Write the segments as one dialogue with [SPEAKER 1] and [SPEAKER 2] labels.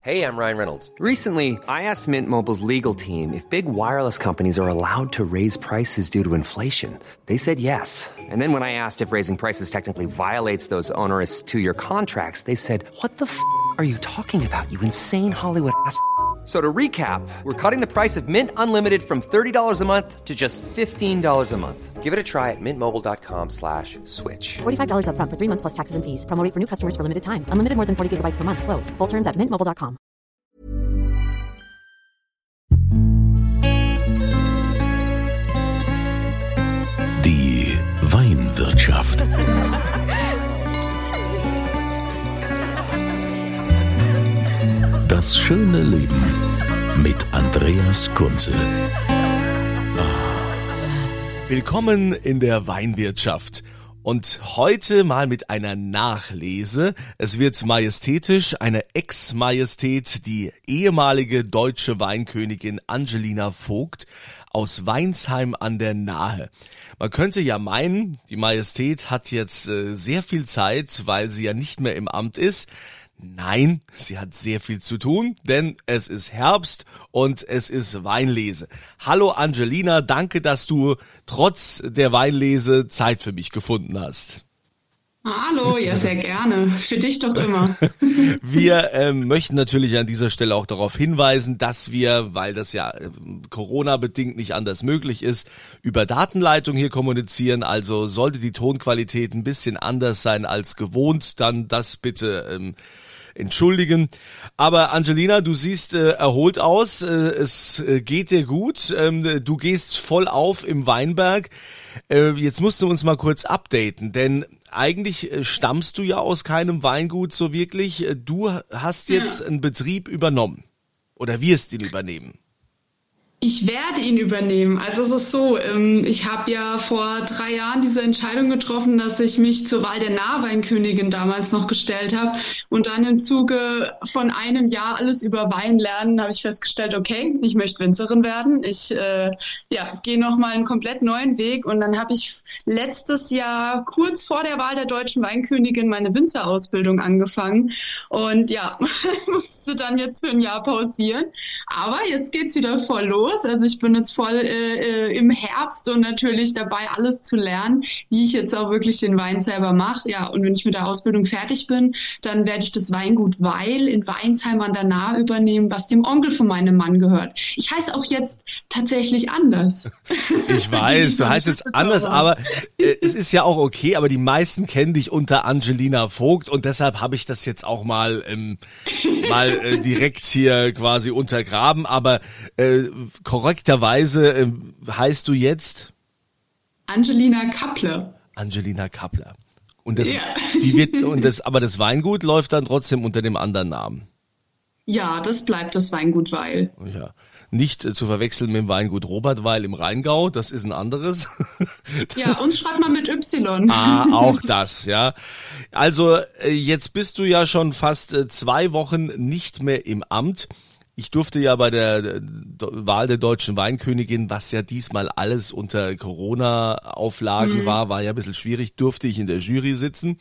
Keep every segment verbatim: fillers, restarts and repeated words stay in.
[SPEAKER 1] Hey, I'm Ryan Reynolds.
[SPEAKER 2] Recently, I asked Mint Mobile's legal team if big wireless companies are allowed to raise prices due to inflation. They said yes. And then when I asked if raising prices technically violates those onerous two-year contracts, they said, what the f*** are you talking about, you insane Hollywood ass f- So to recap, we're cutting the price of Mint Unlimited from thirty dollars a month to just fifteen dollars a month.
[SPEAKER 1] Give it a try at mintmobile.com slash switch.
[SPEAKER 3] forty-five dollars up front for three months plus taxes and fees. Promo rate for new customers for limited time. Unlimited more than forty gigabytes per month. Slows full terms at mint mobile dot com.
[SPEAKER 4] Die Weinwirtschaft. Das schöne Leben mit Andreas Kunze.
[SPEAKER 5] Willkommen in der Weinwirtschaft. Und heute mal mit einer Nachlese. Es wird majestätisch, eine Ex-Majestät, die ehemalige deutsche Weinkönigin Angelina Vogt aus Weinsheim an der Nahe. Man könnte ja meinen, die Majestät hat jetzt äh, sehr viel Zeit, weil sie ja nicht mehr im Amt ist. Nein, sie hat sehr viel zu tun, denn es ist Herbst und es ist Weinlese. Hallo Angelina, danke, dass du trotz der Weinlese Zeit für mich gefunden hast.
[SPEAKER 6] Hallo, ja sehr gerne. Für dich doch immer.
[SPEAKER 5] Wir ähm, möchten natürlich an dieser Stelle auch darauf hinweisen, dass wir, weil das ja äh, Corona-bedingt nicht anders möglich ist, über Datenleitung hier kommunizieren. Also sollte die Tonqualität ein bisschen anders sein als gewohnt, dann das bitte ähm, entschuldigen. Aber Angelina, du siehst äh, erholt aus, äh, es äh, geht dir gut, ähm, du gehst voll auf im Weinberg. Äh, jetzt musst du uns mal kurz updaten, denn eigentlich äh, stammst du ja aus keinem Weingut so wirklich. Du hast jetzt ja. einen Betrieb übernommen oder wirst ihn übernehmen.
[SPEAKER 6] Ich werde ihn übernehmen. Also es ist so, ich habe ja vor drei Jahren diese Entscheidung getroffen, dass ich mich zur Wahl der Nahweinkönigin damals noch gestellt habe. Und dann im Zuge von einem Jahr alles über Wein lernen, habe ich festgestellt, okay, ich möchte Winzerin werden. Ich äh, ja, gehe nochmal einen komplett neuen Weg. Und dann habe ich letztes Jahr kurz vor der Wahl der deutschen Weinkönigin meine Winzerausbildung angefangen. Und ja, musste dann jetzt für ein Jahr pausieren. Aber jetzt geht's wieder voll los. Also ich bin jetzt voll äh, im Herbst und natürlich dabei, alles zu lernen, wie ich jetzt auch wirklich den Wein selber mache. Ja, und wenn ich mit der Ausbildung fertig bin, dann werde ich das Weingut Weil in Weinsheim an der Nahe übernehmen, was dem Onkel von meinem Mann gehört. Ich heiße auch jetzt tatsächlich anders.
[SPEAKER 5] Ich weiß, du heißt jetzt anders, aber äh, es ist ja auch okay, aber die meisten kennen dich unter Angelina Vogt und deshalb habe ich das jetzt auch mal, ähm, mal äh, direkt hier quasi untergraben, aber äh, korrekterweise äh, heißt du jetzt?
[SPEAKER 6] Angelina Kappler.
[SPEAKER 5] Angelina Kappler. Und das,
[SPEAKER 6] ja.
[SPEAKER 5] die wird, und das, aber das Weingut läuft dann trotzdem unter dem anderen Namen.
[SPEAKER 6] Ja, das bleibt das Weingut Weil.
[SPEAKER 5] Ja. Nicht äh, zu verwechseln mit dem Weingut Robert Weil im Rheingau, das ist ein anderes.
[SPEAKER 6] Ja, uns schreibt man mit Y.
[SPEAKER 5] Ah, auch das, ja. Also äh, jetzt bist du ja schon fast äh, zwei Wochen nicht mehr im Amt. Ich durfte ja bei der Wahl der deutschen Weinkönigin, was ja diesmal alles unter Corona-Auflagen mhm. war, war ja ein bisschen schwierig, durfte ich in der Jury sitzen.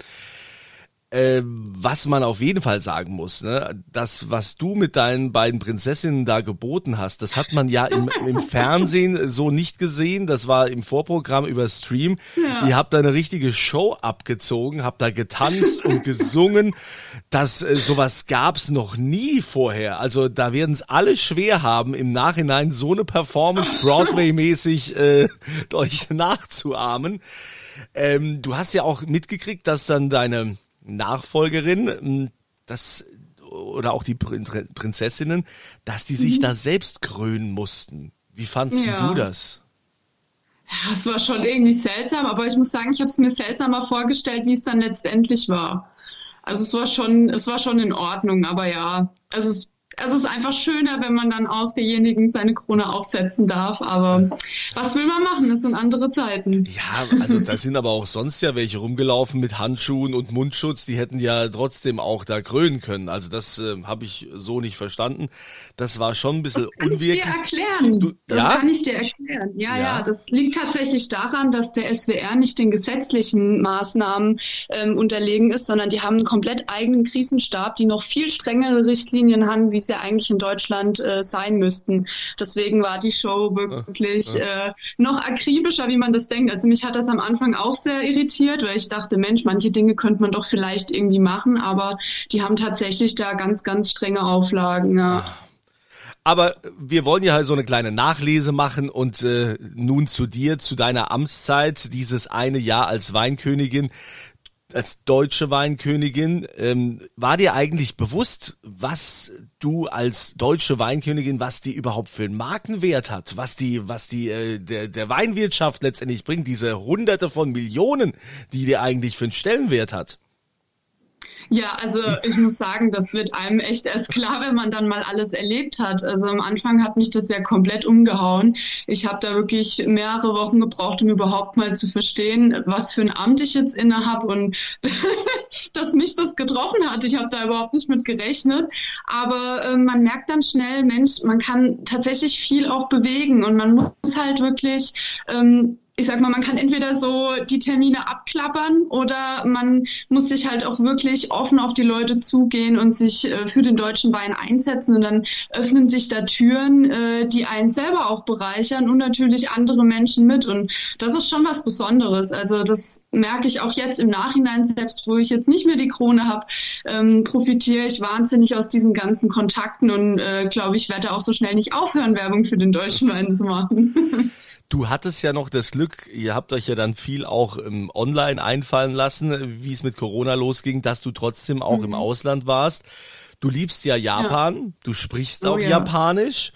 [SPEAKER 5] Äh, was man auf jeden Fall sagen muss, ne, das, was du mit deinen beiden Prinzessinnen da geboten hast, das hat man ja im, im Fernsehen so nicht gesehen. Das war im Vorprogramm über Stream. Ja. Ihr habt da eine richtige Show abgezogen, habt da getanzt und gesungen. Das, äh, sowas gab's noch nie vorher. Also da werden es alle schwer haben, im Nachhinein so eine Performance Broadway-mäßig äh, euch nachzuahmen. Ähm, du hast ja auch mitgekriegt, dass dann deine Nachfolgerin, das oder auch die Prinzessinnen, dass die sich mhm. da selbst krönen mussten. Wie fandst
[SPEAKER 6] ja.
[SPEAKER 5] du das?
[SPEAKER 6] Ja, es war schon irgendwie seltsam, aber ich muss sagen, ich habe es mir seltsamer vorgestellt, wie es dann letztendlich war. Also es war schon, es war schon in Ordnung, aber ja, also es es ist einfach schöner, wenn man dann auch derjenigen seine Krone aufsetzen darf. Aber was will man machen? Das sind andere Zeiten.
[SPEAKER 5] Ja, also da sind aber auch sonst ja welche rumgelaufen mit Handschuhen und Mundschutz. Die hätten ja trotzdem auch da krönen können. Also das äh, habe ich so nicht verstanden. Das war schon ein bisschen
[SPEAKER 6] das kann
[SPEAKER 5] unwirklich.
[SPEAKER 6] Ich dir erklären.
[SPEAKER 5] Du,
[SPEAKER 6] das
[SPEAKER 5] ja?
[SPEAKER 6] kann ich dir erklären. Ja, ja,
[SPEAKER 5] ja,
[SPEAKER 6] das liegt tatsächlich daran, dass der S W R nicht den gesetzlichen Maßnahmen ähm, unterlegen ist, sondern die haben einen komplett eigenen Krisenstab, die noch viel strengere Richtlinien haben, wie sie eigentlich in Deutschland äh, sein müssten. Deswegen war die Show wirklich äh, noch akribischer, wie man das denkt. Also mich hat das am Anfang auch sehr irritiert, weil ich dachte, Mensch, manche Dinge könnte man doch vielleicht irgendwie machen, aber die haben tatsächlich da ganz, ganz strenge Auflagen. Ja.
[SPEAKER 5] Aber wir wollen ja halt so eine kleine Nachlese machen und äh, nun zu dir, zu deiner Amtszeit, dieses eine Jahr als Weinkönigin, als deutsche Weinkönigin. Ähm, war dir eigentlich bewusst, was du als deutsche Weinkönigin, was die überhaupt für einen Markenwert hat, was die, was die äh, der, der Weinwirtschaft letztendlich bringt, diese Hunderte von Millionen, die die eigentlich für einen Stellenwert hat?
[SPEAKER 6] Ja, also ich muss sagen, das wird einem echt erst klar, wenn man dann mal alles erlebt hat. Also am Anfang hat mich das ja komplett umgehauen. Ich habe da wirklich mehrere Wochen gebraucht, um überhaupt mal zu verstehen, was für ein Amt ich jetzt inne habe und dass mich das getroffen hat. Ich habe da überhaupt nicht mit gerechnet. Aber äh, man merkt dann schnell, Mensch, man kann tatsächlich viel auch bewegen und man muss halt wirklich... Ähm, Ich sag mal, man kann entweder so die Termine abklappern oder man muss sich halt auch wirklich offen auf die Leute zugehen und sich äh, für den deutschen Wein einsetzen und dann öffnen sich da Türen, äh, die einen selber auch bereichern und natürlich andere Menschen mit und das ist schon was Besonderes. Also das merke ich auch jetzt im Nachhinein, selbst wo ich jetzt nicht mehr die Krone habe, ähm, profitiere ich wahnsinnig aus diesen ganzen Kontakten und äh, glaube ich, werde auch so schnell nicht aufhören, Werbung für den deutschen Wein zu machen.
[SPEAKER 5] Du hattest ja noch das Glück, ihr habt euch ja dann viel auch ähm, online einfallen lassen, wie es mit Corona losging, dass du trotzdem auch mhm. im Ausland warst. Du liebst ja Japan, ja. Du sprichst auch oh, ja. Japanisch.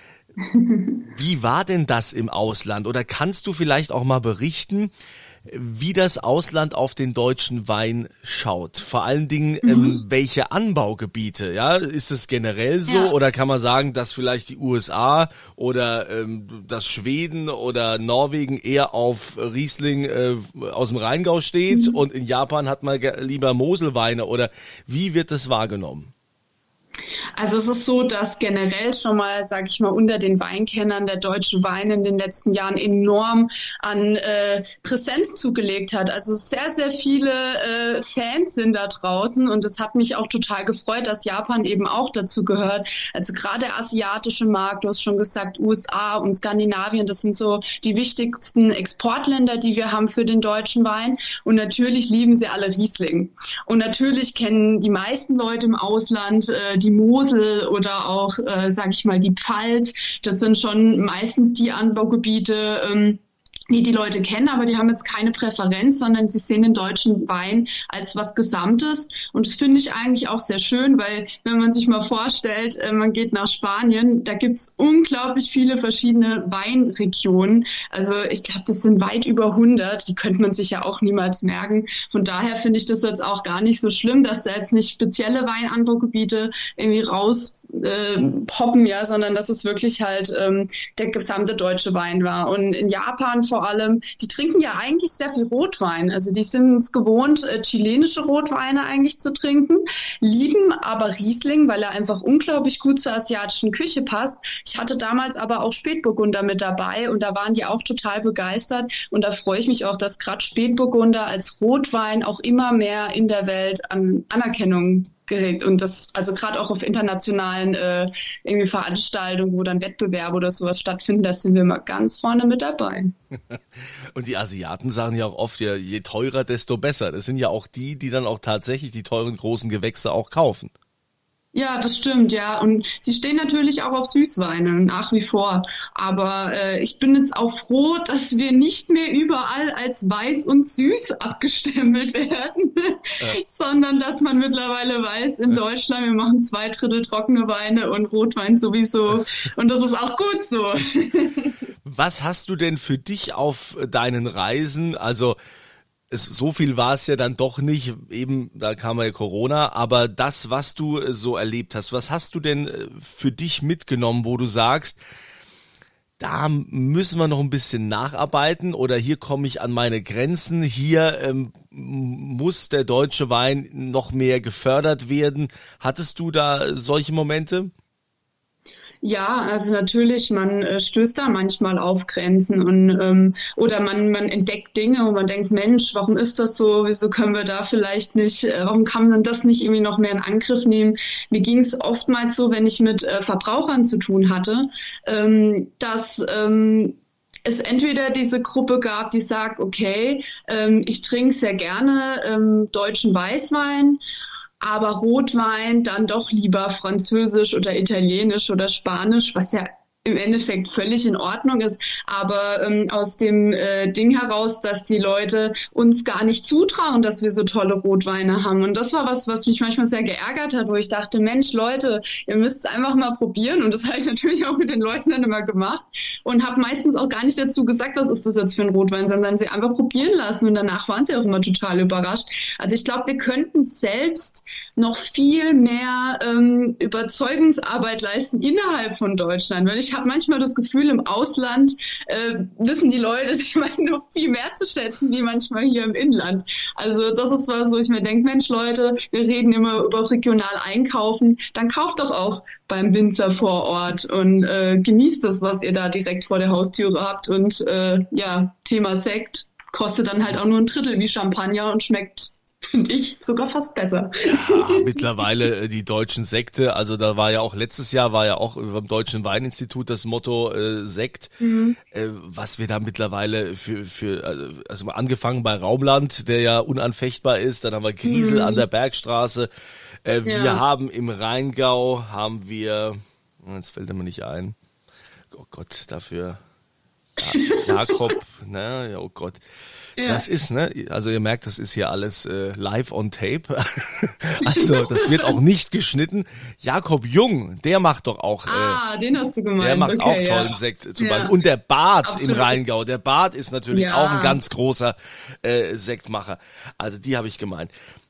[SPEAKER 5] Wie war denn das im Ausland? Oder kannst du vielleicht auch mal berichten, wie das Ausland auf den deutschen Wein schaut? Vor allen Dingen, mhm. ähm, welche Anbaugebiete? Ja, ist es generell so ja. oder kann man sagen, dass vielleicht die U S A oder ähm, das Schweden oder Norwegen eher auf Riesling äh, aus dem Rheingau steht mhm. und in Japan hat man lieber Moselweine oder wie wird das wahrgenommen?
[SPEAKER 6] Also es ist so, dass generell schon mal, sage ich mal, unter den Weinkennern der deutsche Wein in den letzten Jahren enorm an äh, Präsenz zugelegt hat. Also sehr, sehr viele äh, Fans sind da draußen und es hat mich auch total gefreut, dass Japan eben auch dazu gehört. Also gerade der asiatische Markt, du hast schon gesagt, U S A und Skandinavien, das sind so die wichtigsten Exportländer, die wir haben für den deutschen Wein. Und natürlich lieben sie alle Riesling. Und natürlich kennen die meisten Leute im Ausland äh, die Mosel oder auch, äh, sage ich mal, die Pfalz. Das sind schon meistens die Anbaugebiete, ähm, die die Leute kennen, aber die haben jetzt keine Präferenz, sondern sie sehen den deutschen Wein als was Gesamtes. Und das finde ich eigentlich auch sehr schön, weil wenn man sich mal vorstellt, man geht nach Spanien, da gibt's unglaublich viele verschiedene Weinregionen. Also ich glaube, das sind weit über hundert. Die könnte man sich ja auch niemals merken. Von daher finde ich das jetzt auch gar nicht so schlimm, dass da jetzt nicht spezielle Weinanbaugebiete irgendwie raus äh, poppen, ja, sondern dass es wirklich halt ähm, der gesamte deutsche Wein war. Und in Japan vor allem, die trinken ja eigentlich sehr viel Rotwein. Also die sind es gewohnt, äh, chilenische Rotweine eigentlich zu trinken, lieben aber Riesling, weil er einfach unglaublich gut zur asiatischen Küche passt. Ich hatte damals aber auch Spätburgunder mit dabei und da waren die auch total begeistert. Und da freue ich mich auch, dass gerade Spätburgunder als Rotwein auch immer mehr in der Welt an Anerkennung gerät. Und das, also gerade auch auf internationalen äh, irgendwie Veranstaltungen, wo dann Wettbewerbe oder sowas stattfinden, da sind wir mal ganz vorne mit dabei.
[SPEAKER 5] Und die Asiaten sagen ja auch oft, ja, je teurer, desto besser. Das sind ja auch die, die dann auch tatsächlich die teuren großen Gewächse auch kaufen.
[SPEAKER 6] Ja, das stimmt, ja. Und sie stehen natürlich auch auf Süßweine, nach wie vor. Aber äh, ich bin jetzt auch froh, dass wir nicht mehr überall als weiß und süß abgestempelt werden, ja. sondern dass man mittlerweile weiß, in Deutschland, wir machen zwei Drittel trockene Weine und Rotwein sowieso. Und das ist auch gut so.
[SPEAKER 5] Was hast du denn für dich auf deinen Reisen, also es, so viel war es ja dann doch nicht, eben, da kam ja Corona, aber das, was du so erlebt hast, was hast du denn für dich mitgenommen, wo du sagst, da müssen wir noch ein bisschen nacharbeiten oder hier komme ich an meine Grenzen, hier ähm, muss der deutsche Wein noch mehr gefördert werden. Hattest du da solche Momente?
[SPEAKER 6] Ja, also natürlich, man äh, stößt da manchmal auf Grenzen und ähm, oder man man entdeckt Dinge, wo man denkt, Mensch, warum ist das so? Wieso können wir da vielleicht nicht? Äh, warum kann man das nicht irgendwie noch mehr in Angriff nehmen? Mir ging es oftmals so, wenn ich mit äh, Verbrauchern zu tun hatte, ähm, dass ähm, es entweder diese Gruppe gab, die sagt, okay, ähm, ich trinke sehr gerne ähm, deutschen Weißwein, aber Rotwein dann doch lieber französisch oder italienisch oder spanisch, was ja im Endeffekt völlig in Ordnung ist, aber ähm, aus dem äh, Ding heraus, dass die Leute uns gar nicht zutrauen, dass wir so tolle Rotweine haben. Und das war was, was mich manchmal sehr geärgert hat, wo ich dachte, Mensch, Leute, ihr müsst es einfach mal probieren. Und das habe ich natürlich auch mit den Leuten dann immer gemacht und habe meistens auch gar nicht dazu gesagt, was ist das jetzt für ein Rotwein, sondern sie einfach probieren lassen. Und danach waren sie auch immer total überrascht. Also ich glaube, wir könnten selbst noch viel mehr ähm, Überzeugungsarbeit leisten innerhalb von Deutschland, weil ich Ich habe manchmal das Gefühl, im Ausland äh, wissen die Leute die Weine noch viel mehr zu schätzen, wie manchmal hier im Inland. Also das ist was, wo ich mir denke, Mensch Leute, wir reden immer über regional einkaufen, dann kauft doch auch beim Winzer vor Ort und äh, genießt das, was ihr da direkt vor der Haustüre habt. Und äh, ja, Thema Sekt kostet dann halt auch nur ein Drittel wie Champagner und schmeckt, finde ich, sogar fast besser.
[SPEAKER 5] Ja, mittlerweile die deutschen Sekte, also da war ja auch letztes Jahr, war ja auch beim Deutschen Weininstitut das Motto äh, Sekt, mhm. äh, was wir da mittlerweile für, für also mal angefangen bei Raumland, der ja unanfechtbar ist, dann haben wir Griesel mhm. an der Bergstraße, äh, ja. wir haben im Rheingau, haben wir, jetzt fällt mir nicht ein, oh Gott, dafür ja, Jakob, ne, oh Gott. Ja. Das ist, ne, also ihr merkt, das ist hier alles äh, live on tape. Also das wird auch nicht geschnitten. Jakob Jung, der macht doch auch.
[SPEAKER 6] Ah, äh, den hast du gemeint.
[SPEAKER 5] Der macht
[SPEAKER 6] okay,
[SPEAKER 5] auch tollen
[SPEAKER 6] ja.
[SPEAKER 5] Sekt zum
[SPEAKER 6] ja.
[SPEAKER 5] Beispiel. Und der Bart Absolut. Im Rheingau. Der Bart ist natürlich
[SPEAKER 6] ja.
[SPEAKER 5] auch ein ganz großer äh, Sektmacher. Also die habe ich gemeint.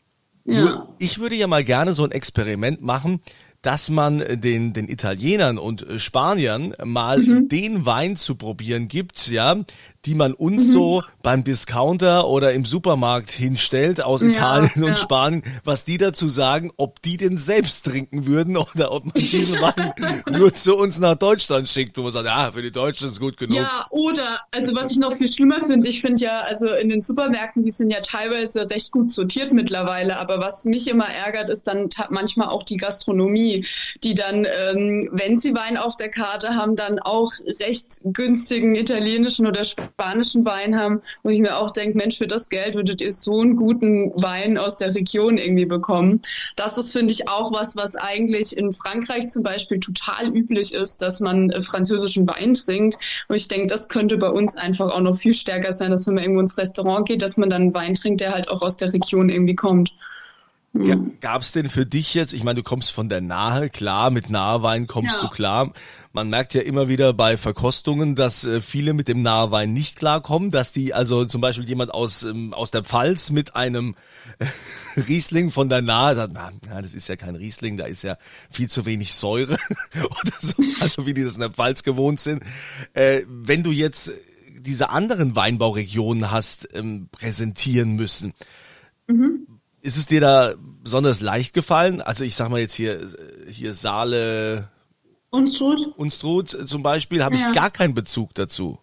[SPEAKER 6] Ja.
[SPEAKER 5] Nur, ich würde ja mal gerne so ein Experiment machen, dass man den den Italienern und Spaniern mal mhm. den Wein zu probieren gibt, ja, die man uns mhm. so beim Discounter oder im Supermarkt hinstellt aus Italien ja, und ja. Spanien, was die dazu sagen, ob die den selbst trinken würden oder ob man diesen Wein nur zu uns nach Deutschland schickt, wo man sagt, ja, für die Deutschen ist gut genug.
[SPEAKER 6] Ja, oder, also was ich noch viel schlimmer finde, ich finde ja, also in den Supermärkten, die sind ja teilweise recht gut sortiert mittlerweile, aber was mich immer ärgert, ist dann ta- manchmal auch die Gastronomie, die dann, ähm, wenn sie Wein auf der Karte haben, dann auch recht günstigen italienischen oder spanischen Wein haben, wo ich mir auch denke, Mensch, für das Geld würdet ihr so einen guten Wein aus der Region irgendwie bekommen. Das ist, finde ich, auch was, was eigentlich in Frankreich zum Beispiel total üblich ist, dass man äh, französischen Wein trinkt. Und ich denke, das könnte bei uns einfach auch noch viel stärker sein, dass wenn man irgendwo ins Restaurant geht, dass man dann einen Wein trinkt, der halt auch aus der Region irgendwie kommt.
[SPEAKER 5] Ja, gab's denn für dich jetzt, ich meine, du kommst von der Nahe, klar, mit Nahewein kommst ja. du klar. Man merkt ja immer wieder bei Verkostungen, dass äh, viele mit dem Nahewein nicht klarkommen, dass die, also zum Beispiel jemand aus ähm, aus der Pfalz mit einem äh, Riesling von der Nahe sagt, na, na, das ist ja kein Riesling, da ist ja viel zu wenig Säure oder so, also wie die das in der Pfalz gewohnt sind. Äh, wenn du jetzt diese anderen Weinbauregionen hast ähm, präsentieren müssen, mhm. ist es dir da besonders leicht gefallen? Also ich sag mal jetzt hier, hier Saale,
[SPEAKER 6] Unstrut,
[SPEAKER 5] Unstrut zum Beispiel, habe ja. ich gar keinen Bezug dazu.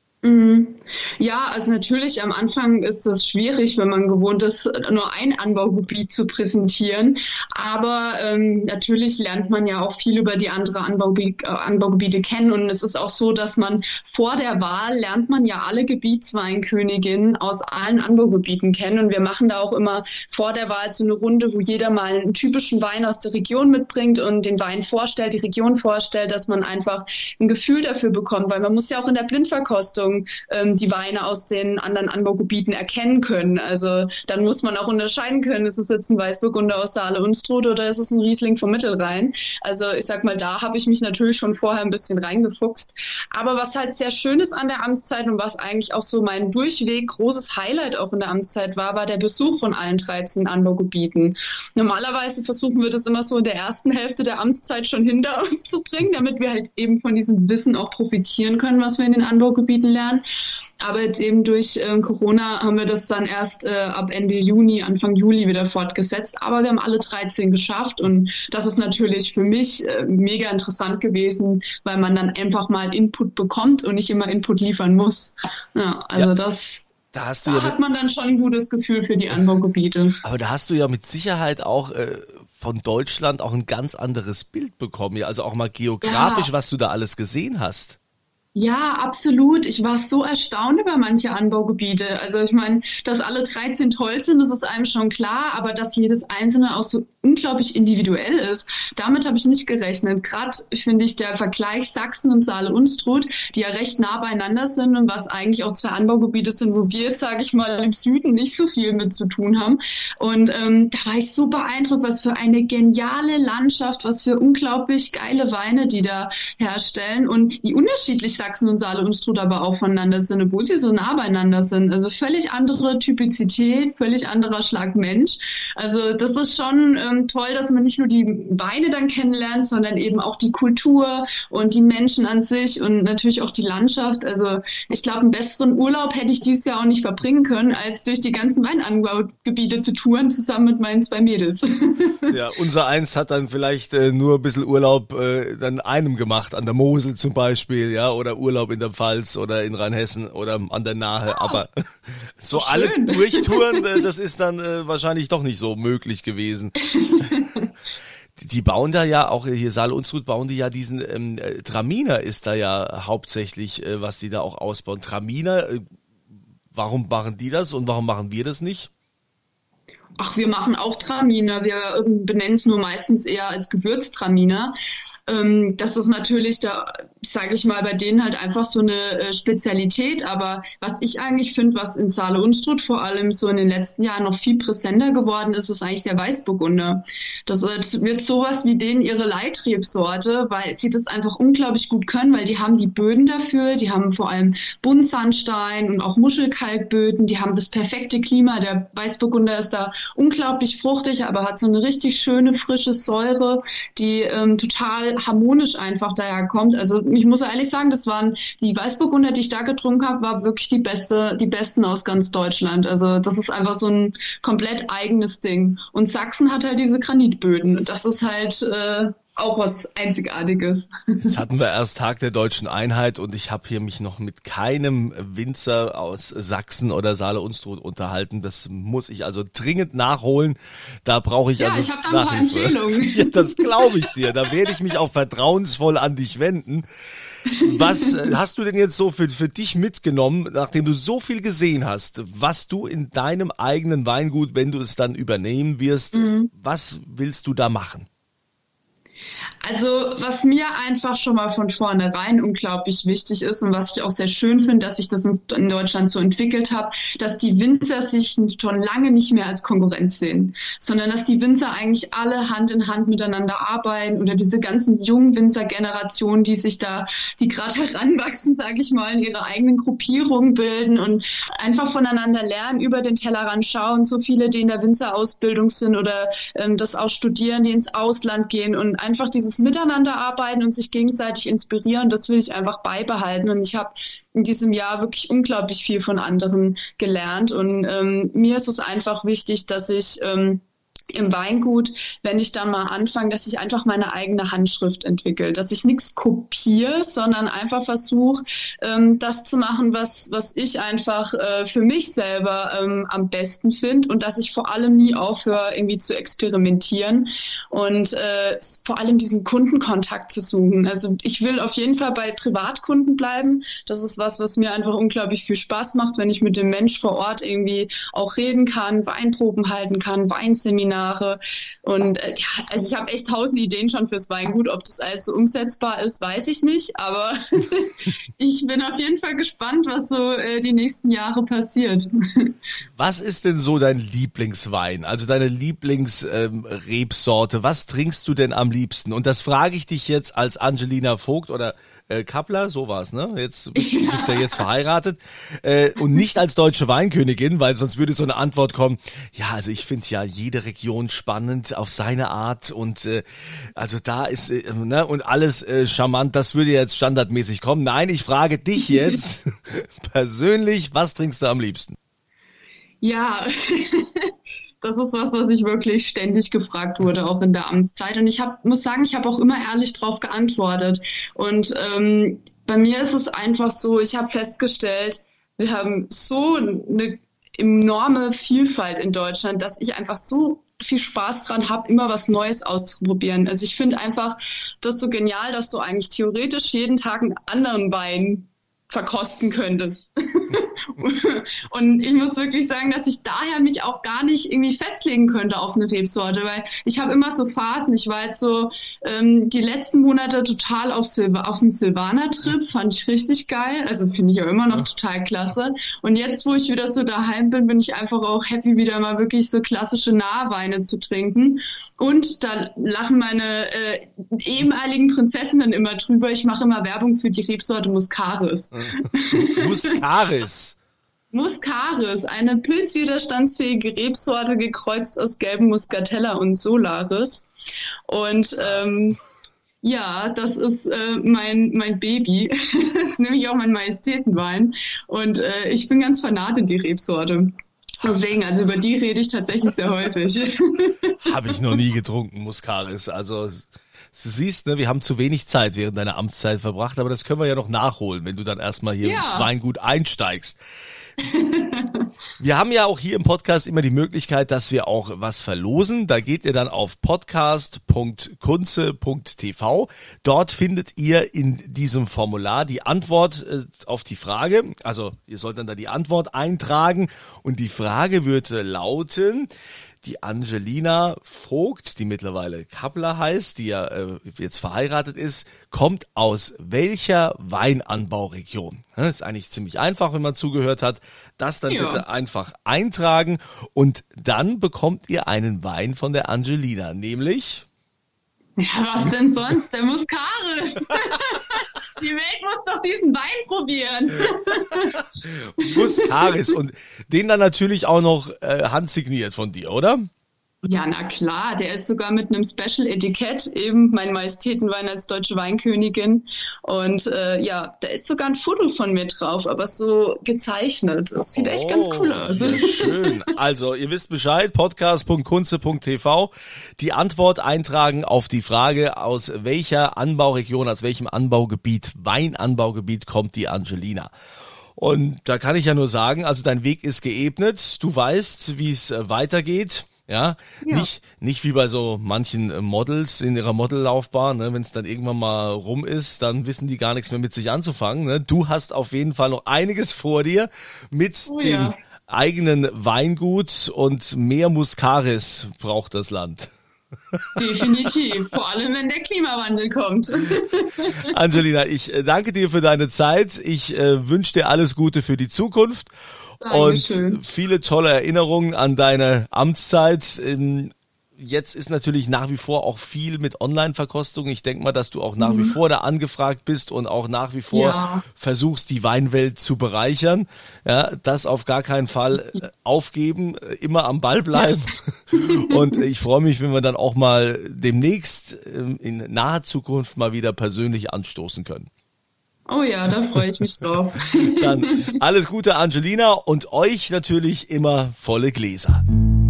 [SPEAKER 6] Ja, also natürlich am Anfang ist es schwierig, wenn man gewohnt ist, nur ein Anbaugebiet zu präsentieren. Aber ähm, natürlich lernt man ja auch viel über die anderen Anbaugebiete, äh, Anbaugebiete kennen. Und es ist auch so, dass man vor der Wahl lernt man ja alle Gebietsweinköniginnen aus allen Anbaugebieten kennen. Und wir machen da auch immer vor der Wahl so eine Runde, wo jeder mal einen typischen Wein aus der Region mitbringt und den Wein vorstellt, die Region vorstellt, dass man einfach ein Gefühl dafür bekommt. Weil man muss ja auch in der Blindverkostung Ahnung, ähm, die Weine aus den anderen Anbaugebieten erkennen können. Also dann muss man auch unterscheiden können, ist es jetzt ein Weißburgunder aus Saale-Unstrut oder ist es ein Riesling vom Mittelrhein? Also ich sag mal, da habe ich mich natürlich schon vorher ein bisschen reingefuchst. Aber was halt sehr schön ist an der Amtszeit und was eigentlich auch so mein durchweg großes Highlight auch in der Amtszeit war, war der Besuch von allen dreizehn Anbaugebieten. Normalerweise versuchen wir das immer so in der ersten Hälfte der Amtszeit schon hinter uns zu bringen, damit wir halt eben von diesem Wissen auch profitieren können, was wir in den Anbaugebieten lernen. Aber jetzt eben durch ähm, Corona haben wir das dann erst äh, ab Ende Juni, Anfang Juli wieder fortgesetzt. Aber wir haben alle dreizehn geschafft und das ist natürlich für mich äh, mega interessant gewesen, weil man dann einfach mal Input bekommt und nicht immer Input liefern muss. Ja, also ja, das...
[SPEAKER 5] Da, hast du
[SPEAKER 6] da
[SPEAKER 5] ja
[SPEAKER 6] hat man dann schon ein gutes Gefühl für die Anbaugebiete.
[SPEAKER 5] Aber da hast du ja mit Sicherheit auch äh, von Deutschland auch ein ganz anderes Bild bekommen. Ja, also auch mal geografisch, ja, was du da alles gesehen hast.
[SPEAKER 6] Ja, absolut. Ich war so erstaunt über manche Anbaugebiete. Also ich meine, dass alle dreizehn toll sind, das ist einem schon klar, aber dass jedes einzelne auch so unglaublich individuell ist, damit habe ich nicht gerechnet. Gerade finde ich der Vergleich Sachsen und Saale-Unstrut, die ja recht nah beieinander sind und was eigentlich auch zwei Anbaugebiete sind, wo wir jetzt, sage ich mal, im Süden nicht so viel mit zu tun haben. Und ähm, da war ich so beeindruckt, was für eine geniale Landschaft, was für unglaublich geile Weine die da herstellen und wie unterschiedlich Sachsen und Saale-Unstrut aber auch voneinander sind, obwohl sie so nah beieinander sind. Also völlig andere Typizität, völlig anderer Schlag Mensch. Also das ist schon ähm, toll, dass man nicht nur die Weine dann kennenlernt, sondern eben auch die Kultur und die Menschen an sich und natürlich auch die Landschaft. Also ich glaube, einen besseren Urlaub hätte ich dieses Jahr auch nicht verbringen können, als durch die ganzen Weinanbaugebiete zu touren, zusammen mit meinen zwei Mädels.
[SPEAKER 5] Ja, unser Eins hat dann vielleicht äh, nur ein bisschen Urlaub äh, dann einem gemacht, an der Mosel zum Beispiel, ja, oder Urlaub in der Pfalz oder in Rheinhessen oder an der Nahe, oh, aber so alle durchtouren, das ist dann äh, wahrscheinlich doch nicht so möglich gewesen. Die, die bauen da ja auch, hier Saale-Unstrut bauen die ja diesen, ähm, Traminer ist da ja hauptsächlich, äh, was die da auch ausbauen. Traminer, äh, warum machen die das und warum machen wir das nicht?
[SPEAKER 6] Ach, wir machen auch Traminer, wir benennen es nur meistens eher als Gewürztraminer. Ähm, das ist natürlich, da sage ich mal, bei denen halt einfach so eine äh, Spezialität. Aber was ich eigentlich finde, was in Saale-Unstrut vor allem so in den letzten Jahren noch viel präsenter geworden ist, ist eigentlich der Weißburgunder. Das wird sowas wie denen ihre Leitrebsorte, weil sie das einfach unglaublich gut können, weil die haben die Böden dafür, die haben vor allem Buntsandstein und auch Muschelkalkböden, die haben das perfekte Klima. Der Weißburgunder ist da unglaublich fruchtig, aber hat so eine richtig schöne, frische Säure, die ähm, total harmonisch einfach daherkommt. Also ich muss ehrlich sagen, das waren die Weißburgunder, die ich da getrunken habe, war wirklich die beste, die besten aus ganz Deutschland. Also das ist einfach so ein komplett eigenes Ding. Und Sachsen hat halt diese Granitböden. Das ist halt äh, auch was Einzigartiges.
[SPEAKER 5] Jetzt hatten wir erst Tag der Deutschen Einheit und ich habe hier mich noch mit keinem Winzer aus Sachsen oder Saale-Unstrut unterhalten. Das muss ich also dringend nachholen. Da brauche ich
[SPEAKER 6] ja,
[SPEAKER 5] also
[SPEAKER 6] ich habe da ein paar Empfehlungen.
[SPEAKER 5] Ja, das glaube ich dir. Da werde ich mich auch vertrauensvoll an dich wenden. Was hast du denn jetzt so für, für dich mitgenommen, nachdem du so viel gesehen hast, was du in deinem eigenen Weingut, wenn du es dann übernehmen wirst, mhm. was willst du da machen?
[SPEAKER 6] Also was mir einfach schon mal von vornherein unglaublich wichtig ist und was ich auch sehr schön finde, dass sich das in Deutschland so entwickelt hat, dass die Winzer sich schon lange nicht mehr als Konkurrenz sehen, sondern dass die Winzer eigentlich alle Hand in Hand miteinander arbeiten oder diese ganzen jungen Winzergenerationen, die sich da, die gerade heranwachsen, sage ich mal, in ihre eigenen Gruppierungen bilden und einfach voneinander lernen, über den Tellerrand schauen. So viele, die in der Winzerausbildung sind oder ähm, das auch studieren, die ins Ausland gehen und einfach dieses Miteinander arbeiten und sich gegenseitig inspirieren, das will ich einfach beibehalten. Und ich habe in diesem Jahr wirklich unglaublich viel von anderen gelernt. Und ähm, mir ist es einfach wichtig, dass ich ähm, im Weingut, wenn ich dann mal anfange, dass ich einfach meine eigene Handschrift entwickle, dass ich nichts kopiere, sondern einfach versuche, ähm, das zu machen, was was ich einfach äh, für mich selber ähm, am besten finde und dass ich vor allem nie aufhöre, irgendwie zu experimentieren und äh, vor allem diesen Kundenkontakt zu suchen. Also ich will auf jeden Fall bei Privatkunden bleiben. Das ist was, was mir einfach unglaublich viel Spaß macht, wenn ich mit dem Mensch vor Ort irgendwie auch reden kann, Weinproben halten kann, Weinseminare Seminare. Und äh, ja, also ich habe echt tausend Ideen schon fürs Weingut. Ob das alles so umsetzbar ist, weiß ich nicht. Aber ich bin auf jeden Fall gespannt, was so äh, die nächsten Jahre passiert.
[SPEAKER 5] Was ist denn so dein Lieblingswein? Also deine Lieblingsrebsorte? Ähm, was trinkst du denn am liebsten? Und das frage ich dich jetzt als Angelina Vogt oder äh, Kappler, so war's, ne? Jetzt bist, ja. bist ja jetzt verheiratet äh, und nicht als deutsche Weinkönigin, weil sonst würde so eine Antwort kommen, ja, also ich finde ja jede Region spannend auf seine Art und äh, also da ist, äh, ne, und alles äh, charmant, das würde jetzt standardmäßig kommen. Nein, ich frage dich jetzt persönlich, was trinkst du am liebsten?
[SPEAKER 6] Ja, das ist was, was ich wirklich ständig gefragt wurde, auch in der Amtszeit. Und ich hab, muss sagen, ich habe auch immer ehrlich drauf geantwortet. Und ähm, bei mir ist es einfach so, ich habe festgestellt, wir haben so eine enorme Vielfalt in Deutschland, dass ich einfach so viel Spaß dran habe, immer was Neues auszuprobieren. Also ich finde einfach das so genial, dass du eigentlich theoretisch jeden Tag einen anderen Wein verkosten könnte. Und ich muss wirklich sagen, dass ich daher mich auch gar nicht irgendwie festlegen könnte auf eine Rebsorte, weil ich habe immer so Phasen. Ich war jetzt so ähm, die letzten Monate total auf, Silva- auf dem Silvaner-Trip, fand ich richtig geil, also finde ich auch immer noch ja. total klasse. Und jetzt, wo ich wieder so daheim bin, bin ich einfach auch happy, wieder mal wirklich so klassische Nahweine zu trinken. Und da lachen meine äh, ehemaligen Prinzessinnen immer drüber. Ich mache immer Werbung für die Rebsorte Muscaris.
[SPEAKER 5] Muscaris.
[SPEAKER 6] Muscaris, eine pilzwiderstandsfähige Rebsorte, gekreuzt aus gelben Muscatella und Solaris. Und ähm, ja, das ist äh, mein mein Baby. Das ist nämlich auch mein Majestätenwein. Und äh, ich bin ganz fanat in die Rebsorte. Deswegen, also über die rede ich tatsächlich sehr häufig.
[SPEAKER 5] Habe ich noch nie getrunken, Muscaris. Also du siehst, ne, wir haben zu wenig Zeit während deiner Amtszeit verbracht, aber das können wir ja noch nachholen, wenn du dann erstmal hier ja. ins Weingut einsteigst. Wir haben ja auch hier im Podcast immer die Möglichkeit, dass wir auch was verlosen. Da geht ihr dann auf podcast punkt kunze punkt t v. Dort findet ihr in diesem Formular die Antwort äh, auf die Frage. Also ihr sollt dann da die Antwort eintragen und die Frage würde lauten: Die Angelina Vogt, die mittlerweile Kappler heißt, die ja äh, jetzt verheiratet ist, kommt aus welcher Weinanbauregion? Das ist eigentlich ziemlich einfach, wenn man zugehört hat. Das dann ja. bitte einfach eintragen und dann bekommt ihr einen Wein von der Angelina, nämlich...
[SPEAKER 6] Ja, was denn sonst? Der Muscaris. Die Welt muss doch diesen Wein probieren.
[SPEAKER 5] Muscaris und den dann natürlich auch noch äh, handsigniert von dir, oder?
[SPEAKER 6] Ja, na klar, der ist sogar mit einem Special-Etikett, eben mein Majestätenwein als deutsche Weinkönigin. Und äh, ja, da ist sogar ein Foto von mir drauf, aber so gezeichnet. Das sieht oh, echt ganz cool aus.
[SPEAKER 5] Ja, schön. Also, ihr wisst Bescheid, podcast punkt kunze punkt t v. Die Antwort eintragen auf die Frage, aus welcher Anbauregion, aus welchem Anbaugebiet, Weinanbaugebiet kommt die Angelina. Und da kann ich ja nur sagen, also dein Weg ist geebnet. Du weißt, wie es weitergeht. Ja, ja, nicht nicht wie bei so manchen Models in ihrer Modellaufbahn, ne, wenn es dann irgendwann mal rum ist, dann wissen die gar nichts mehr mit sich anzufangen. Ne? Du hast auf jeden Fall noch einiges vor dir mit oh, dem ja. eigenen Weingut und mehr Muscaris braucht das Land.
[SPEAKER 6] Definitiv, vor allem wenn der Klimawandel kommt.
[SPEAKER 5] Angelina, ich danke dir für deine Zeit. Ich äh, wünsche dir alles Gute für die Zukunft. Dankeschön. Und viele tolle Erinnerungen an deine Amtszeit. Jetzt ist natürlich nach wie vor auch viel mit Online-Verkostung. Ich denke mal, dass du auch nach mhm. wie vor da angefragt bist und auch nach wie vor ja. versuchst, die Weinwelt zu bereichern. Ja, das auf gar keinen Fall aufgeben, immer am Ball bleiben. Ja. Und ich freue mich, wenn wir dann auch mal demnächst in naher Zukunft mal wieder persönlich anstoßen können.
[SPEAKER 6] Oh ja, da freue ich mich drauf.
[SPEAKER 5] Dann alles Gute, Angelina, und euch natürlich immer volle Gläser.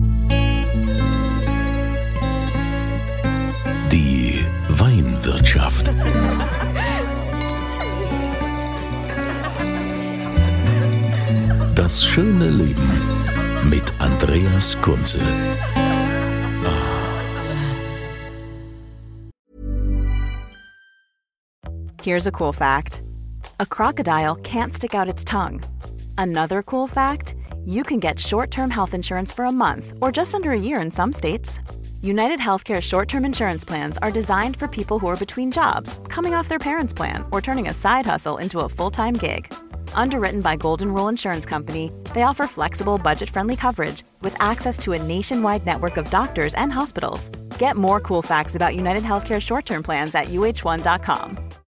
[SPEAKER 4] Die Weinwirtschaft. Das schöne Leben mit Andreas Kunze.
[SPEAKER 7] Here's a cool fact. A crocodile can't stick out its tongue. Another cool fact, you can get short-term health insurance for a month or just under a year in some states. United Healthcare short-term insurance plans are designed for people who are between jobs, coming off their parents' plan, or turning a side hustle into a full-time gig. Underwritten by Golden Rule Insurance Company, they offer flexible, budget-friendly coverage with access to a nationwide network of doctors and hospitals. Get more cool facts about United Healthcare short-term plans at U H one dot com.